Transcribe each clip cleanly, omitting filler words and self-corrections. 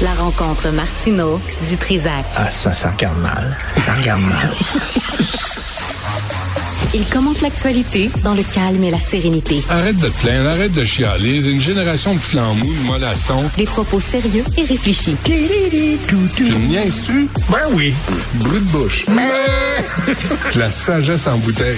La rencontre Martineau du Trizac. Ah, ça regarde mal. Ça regarde mal. Il commente l'actualité dans le calme et la sérénité. Arrête de te plaindre, arrête de chialer. Une génération de flambous, de mollassons. Des propos sérieux et réfléchis. Tu me niaises-tu? Ben oui. Brut de bouche. La sagesse en bouteille.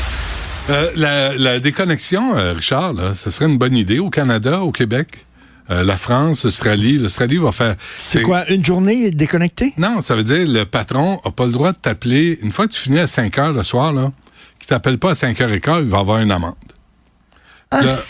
La déconnexion, Richard, là, ce serait une bonne idée au Canada, au Québec. La France, l'Australie va faire... C'est quoi, une journée déconnectée? Non, ça veut dire le patron n'a pas le droit de t'appeler. Une fois que tu finis à 5 heures le soir, là, qu'il t'appelle pas à 5h15, il va avoir une amende. Ah, Là,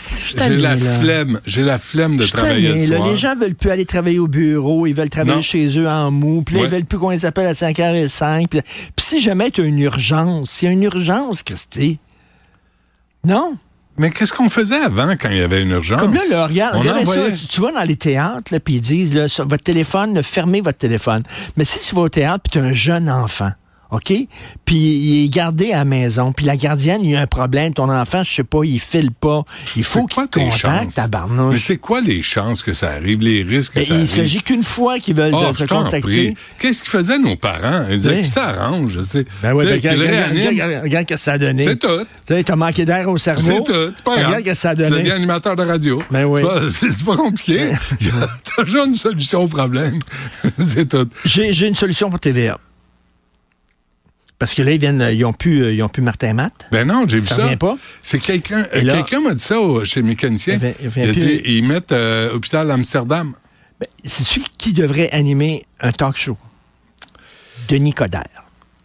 j'ai la flemme de travailler le soir. Les gens veulent plus aller travailler au bureau, ils veulent travailler chez eux en mou, puis là, ils veulent plus qu'on les appelle à 5h05. Puis si jamais tu as une urgence, s'il y a une urgence, Christy, non? Mais qu'est-ce qu'on faisait avant quand il y avait une urgence? Comme là, regarde ça, tu vas dans les théâtres, puis ils disent, là, sur votre téléphone, fermez votre téléphone. Mais si tu vas au théâtre, puis tu as un jeune enfant, OK? Puis il est gardé à la maison. Puis la gardienne, il y a un problème. Ton enfant, je sais pas, il file pas. Il faut qu'il te contacte, tabarnouche. Mais c'est quoi les chances que ça arrive, les risques que ça arrive? Il s'agit qu'une fois qu'ils veulent te contacter. Qu'est-ce qu'ils faisaient nos parents? Ils disaient qu'ils s'arrangent. Ben oui, regarde ce que ça a donné. C'est tout. T'as manqué d'air au cerveau. C'est tout. C'est pas grave. Regarde ce que ça a donné. Tu deviens animateur de radio. Ben oui. C'est pas compliqué. Il y a toujours une solution au problème. C'est tout. J'ai une solution pour TVA. Parce que là, ils ont plus Martin Matt. Ben non, j'ai vu ça. Ça revient pas. C'est quelqu'un m'a dit ça chez le mécanicien. Il a dit, ils mettent Hôpital Amsterdam. Ben, c'est celui qui devrait animer un talk show. Denis Coderre.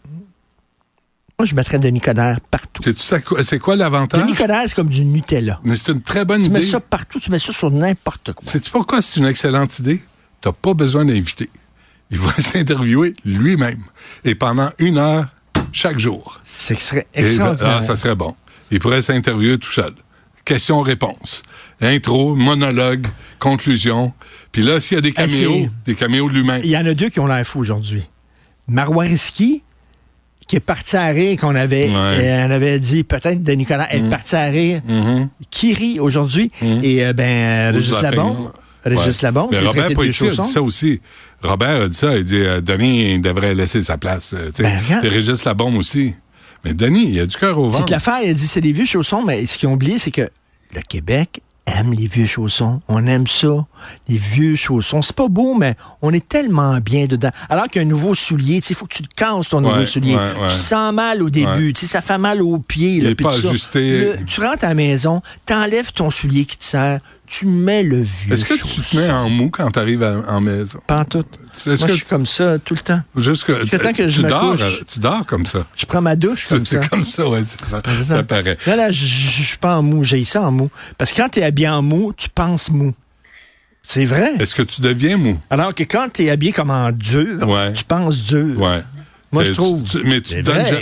Moi, je mettrais Denis Coderre partout. C'est quoi l'avantage? Denis Coderre, c'est comme du Nutella. Mais c'est une très bonne idée. Tu mets ça partout, tu mets ça sur n'importe quoi. Sais-tu pourquoi c'est une excellente idée? T'as pas besoin d'inviter. Il va s'interviewer lui-même. Et pendant 1 heure, chaque jour. Ce serait extraordinaire. Ça serait bon. Il pourrait s'interviewer tout seul. Question-réponse. Intro, monologue, conclusion. Puis là, s'il y a des caméos de lui-même. Il y en a 2 qui ont l'air fous aujourd'hui. Marois Risky, qui est parti à rire, on avait dit peut-être de Nicolas être parti à rire, qui rit aujourd'hui. Et Régis Labombe. Régis Labombe, mais Robert Poitier a dit ça aussi. Robert a dit ça. Il dit Denis devrait laisser sa place. Et Régis Labombe aussi. Mais Denis, il a du cœur au ventre. C'est que l'affaire, il a dit c'est des vieux chaussons, mais ce qu'ils ont oublié, c'est que le Québec aime les vieux chaussons. On aime ça, les vieux chaussons. C'est pas beau, mais on est tellement bien dedans. Alors qu'un nouveau soulier, il faut que tu te casses ton nouveau soulier. Tu te sens mal au début. Ça fait mal aux pieds. Il n'est pas ajusté. Tu rentres à la maison, t'enlèves ton soulier qui te sert, tu mets le vieux Est-ce que tu te mets en mou quand tu arrives en maison? Pas en tout. Moi, je suis comme ça tout le temps. Jusqu'à temps que je me couche. Tu dors comme ça. Je prends ma douche comme ça. C'est comme ça, oui, c'est ça. Ça paraît. Là, je suis pas en mou. J'ai ça en mou. Parce que quand tu es habillé en mou, tu penses mou. C'est vrai. Est-ce que tu deviens mou? Alors que quand tu es habillé comme en dur, tu penses dur. Ouais. Moi, je trouve. Mais tu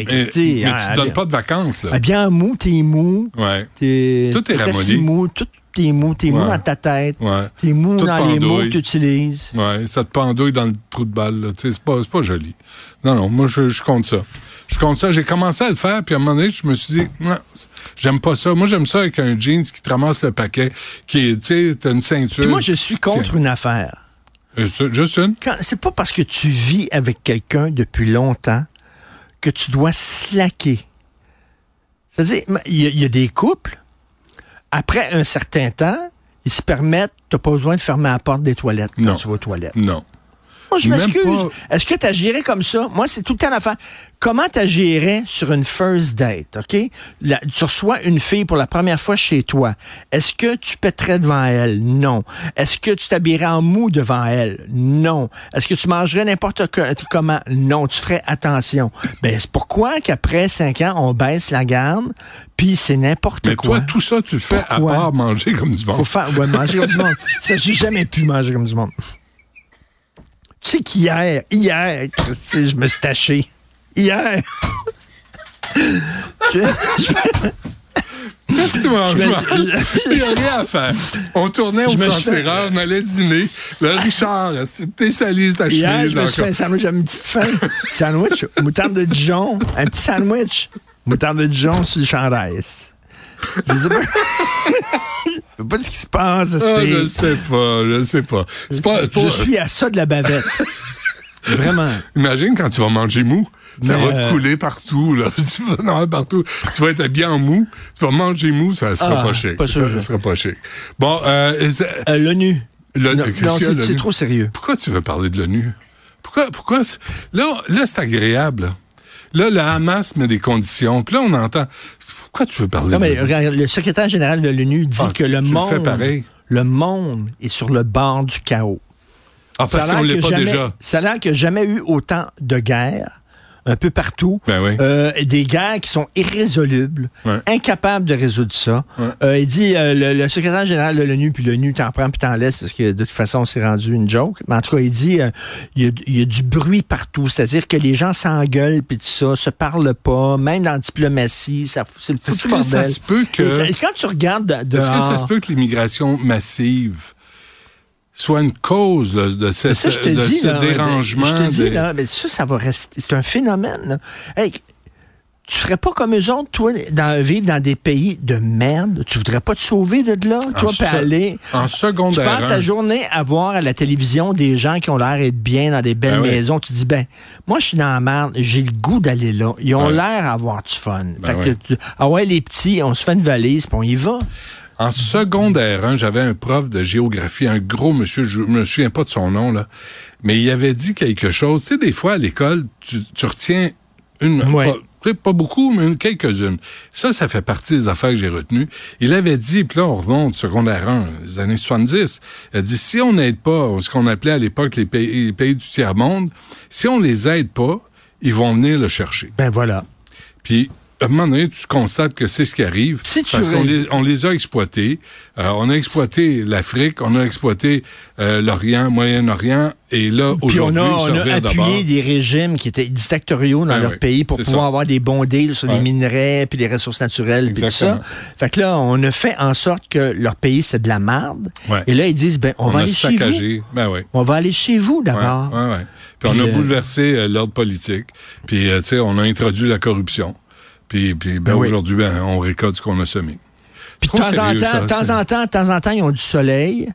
te donnes pas de vacances. Là. Habillé en mou, t'es mou. Ouais. Tout est ramolli. Mou, t'es mou dans ta tête. Ouais. T'es mou tout dans les mots que tu utilises. Ouais, ça te pendouille dans le trou de balle. C'est pas joli. Non, moi, je compte ça. J'ai commencé à le faire, puis à un moment donné, je me suis dit, non, j'aime pas ça. Moi, j'aime ça avec un jeans qui te ramasse le paquet, t'as une ceinture. Puis moi, je suis contre une affaire. Juste une? C'est pas parce que tu vis avec quelqu'un depuis longtemps que tu dois slacker. C'est-à-dire, il y a des couples, après un certain temps, ils se permettent, t'as pas besoin de fermer la porte des toilettes quand tu vas aux toilettes. Non. Moi, je m'excuse. Est-ce que tu agirais comme ça? Moi, c'est tout le temps l'affaire. Comment tu agirais sur une first date, OK? Tu reçois une fille pour la première fois chez toi. Est-ce que tu pèterais devant elle? Non. Est-ce que tu t'habillerais en mou devant elle? Non. Est-ce que tu mangerais n'importe comment? Non. Tu ferais attention. Ben, c'est pourquoi qu'après 5 ans, on baisse la garde, puis c'est n'importe quoi. Mais toi, tout ça, tu le fais à part manger comme du monde. Manger comme du monde. J'ai jamais pu manger comme du monde. Tu sais qu'hier, je me suis taché. Hier. Qu'est-ce que tu manges? Il n'y a rien à faire. On tournait au France-Erreur, on allait dîner. Là, Richard, t'es sali, ta chemise. Hier, je me suis fait un sandwich, j'avais une petite faim. Sandwich, moutarde de Dijon, un petit sandwich. Moutarde de Dijon sur le chandail. Je sais pas. Je sais pas ce qui se passe. Je sais pas. Je suis à ça de la bavette. Vraiment. Imagine quand tu vas manger mou. Ça va te couler partout, là. Tu vas en partout. Tu vas être bien en mou. Tu vas manger mou, ça sera pas chic. Pas sûr. Ça sera pas chic. Bon, l'ONU. Non, c'est trop sérieux. Pourquoi tu veux parler de l'ONU? Pourquoi? Là, c'est agréable. Là, le Hamas met des conditions. Puis là, on entend. Pourquoi tu veux parler de l'ONU? Non, mais le secrétaire général de l'ONU dit que le monde est sur le bord du chaos. Ah, parce qu'on ne l'est pas déjà. Ça a l'air qu'il n'y a jamais eu autant de guerres. Un peu partout. Ben oui. Des guerres qui sont irrésolubles, incapables de résoudre ça. Il dit, le secrétaire général de l'ONU, puis l'ONU t'en prend puis t'en laisse parce que de toute façon, c'est rendu une joke. Mais en tout cas, il dit, il y a du bruit partout. C'est-à-dire que les gens s'engueulent puis tout ça, se parlent pas, même dans la diplomatie, c'est le foutu bordel. Ça se peut que... Quand tu regardes Est-ce que ça se peut que l'immigration massive soit une cause de ce dérangement. Je te dis, là, ça va rester. C'est un phénomène. Là. Hey, tu ferais pas comme eux autres, toi, vivre dans des pays de merde. Tu voudrais pas te sauver de là, toi, puis aller. En secondaire. Tu passes ta journée à voir à la télévision des gens qui ont l'air d'être bien dans des belles maisons. Tu dis, moi, je suis dans la merde, j'ai le goût d'aller là. Ils ont l'air d'avoir du fun. Les petits, on se fait une valise, puis on y va. En secondaire 1, j'avais un prof de géographie, un gros monsieur, je me souviens pas de son nom, là, mais il avait dit quelque chose. Tu sais, des fois, à l'école, tu retiens pas beaucoup, mais quelques-unes. Ça fait partie des affaires que j'ai retenues. Il avait dit, puis là, on remonte, secondaire 1, les années 70, il a dit, si on n'aide pas, ce qu'on appelait à l'époque les pays du tiers-monde, si on les aide pas, ils vont venir le chercher. Ben voilà. Puis, à un moment donné, tu constates que c'est ce qui arrive. Parce qu'on les a exploités. On a exploité l'Afrique, on a exploité l'Orient, Moyen-Orient, et là, aujourd'hui, on a appuyé des régimes qui étaient dictatoriaux dans leur pays pour pouvoir avoir des bons deals sur les minerais, puis les ressources naturelles, puis tout ça. Fait que là, on a fait en sorte que leur pays, c'est de la merde. Ouais. Et là, ils disent, on va aller chez vous. On va aller chez vous, d'abord. Puis on a bouleversé l'ordre politique. Puis, tu sais, on a introduit la corruption. Puis aujourd'hui, on récolte ce qu'on a semé. Puis de temps en temps, ils ont du soleil.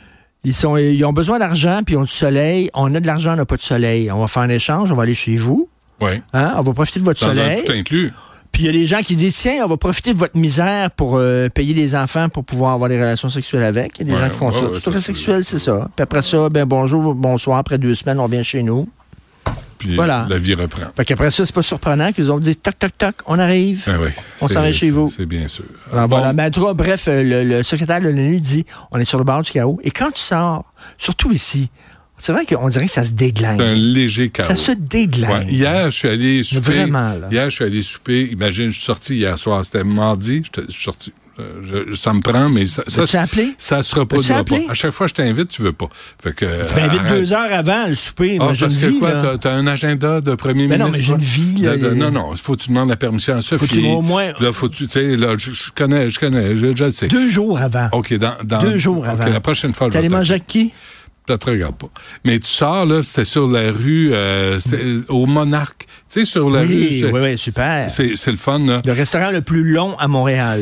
Ils ont besoin d'argent, puis ils ont du soleil. On a de l'argent, on n'a pas de soleil. On va faire un échange, on va aller chez vous. Oui. On va profiter de votre soleil. Tout inclus. Puis il y a des gens qui disent, tiens, on va profiter de votre misère pour payer les enfants pour pouvoir avoir des relations sexuelles avec. Il y a des gens qui font ça. Tout sexuel, c'est ça. Puis après ça, bonjour, bonsoir, après 2 semaines, on vient chez nous. Puis la vie reprend. Fait qu'après ça, c'est pas surprenant qu'ils ont dit toc, toc, toc, on arrive. On s'en va chez vous. C'est bien sûr. Alors voilà, mais bref, le secrétaire de l'ONU dit on est sur le bord du chaos. Et quand tu sors, surtout ici, c'est vrai qu'on dirait que ça se déglingue. C'est un léger chaos. Ça se déglingue. Hier, je suis allé souper. Vraiment, là. Hier, je suis allé souper. Imagine, je suis sorti hier soir. C'était mardi. Je suis sorti. Ça me prend, mais ça se reproduira pas. À chaque fois que je t'invite, tu veux pas. Fait que. Tu m'invites 2 heures avant le souper. Parce que quoi, t'as un agenda de premier ministre? Non, mais j'ai une vie. Non, il faut que tu demandes la permission à Sophie. Faut-tu au moins. Là, tu sais, là, je connais, je le sais. 2 jours avant. OK, 2 jours avant. La prochaine fois, je vais aller manger avec qui? Là, tu regardes pas. Mais tu sors, là, c'était sur la rue, au Monarque. Tu sais, sur la rue. Oui, super. C'est le fun, là. Le restaurant le plus long à Montréal.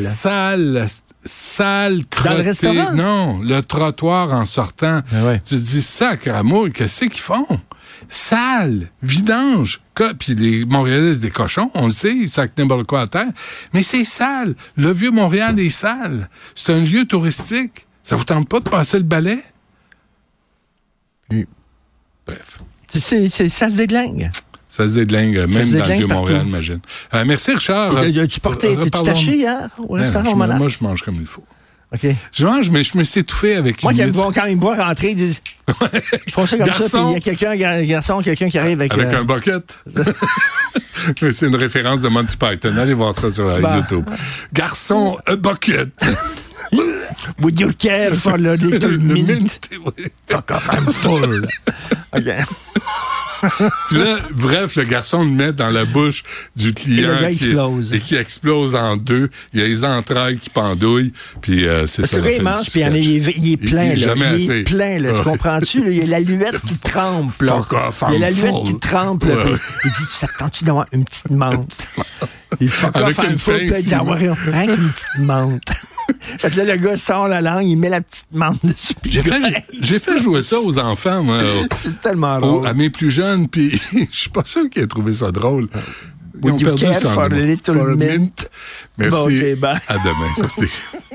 Sale, crotté. Dans le restaurant? Non, le trottoir en sortant. Tu te dis, sacramouille, qu'est-ce qu'ils font? Sale, vidange. Puis les Montréalais, c'est des cochons, on le sait, ils sacent n'importe quoi à terre. Mais c'est sale. Le vieux Montréal est sale. C'est un lieu touristique. Ça vous tente pas de passer le balai? Bref. Ça se déglingue. Ça se déglingue, même dans le Vieux-Montréal, imagine. Merci, Richard. T'es-tu taché hier au restaurant Monarque? Moi, je mange comme il faut. OK. Je mange, mais je me suis étouffé avec moi, quand ils me voient rentrer, ils disent... Ils font ça comme ça, puis il y a quelqu'un qui arrive avec... Avec un bucket. C'est une référence de Monty Python. Allez voir ça sur YouTube. Garçon, a bucket. Would you care for a little mint? Fuck off, I'm full. OK. Puis là, bref, le garçon le met dans la bouche du client qui explose en 2. Il y a les entrailles qui pendouillent, puis c'est ça. Il mange, puis il est plein. Il est plein, là. Tu comprends-tu? Il y a l'aluette qui trempe, là. Il y a l'aluette qui trempe, là. Il dit, tu t'attends-tu d'avoir une petite menthe? Il fuck off en foot, puis il dit, ah ouais, rien qu'une petite menthe. Fait que là, le gars sort la langue, il met la petite menthe dessus. J'ai fait jouer ça aux enfants, moi. C'est tellement drôle. À mes plus jeunes, puis je suis pas sûr qu'ils aient trouvé ça drôle. Ils Would ont you perdu care ça. for a little mint? Merci. Bon, okay, bye. À demain. Ça, c'était...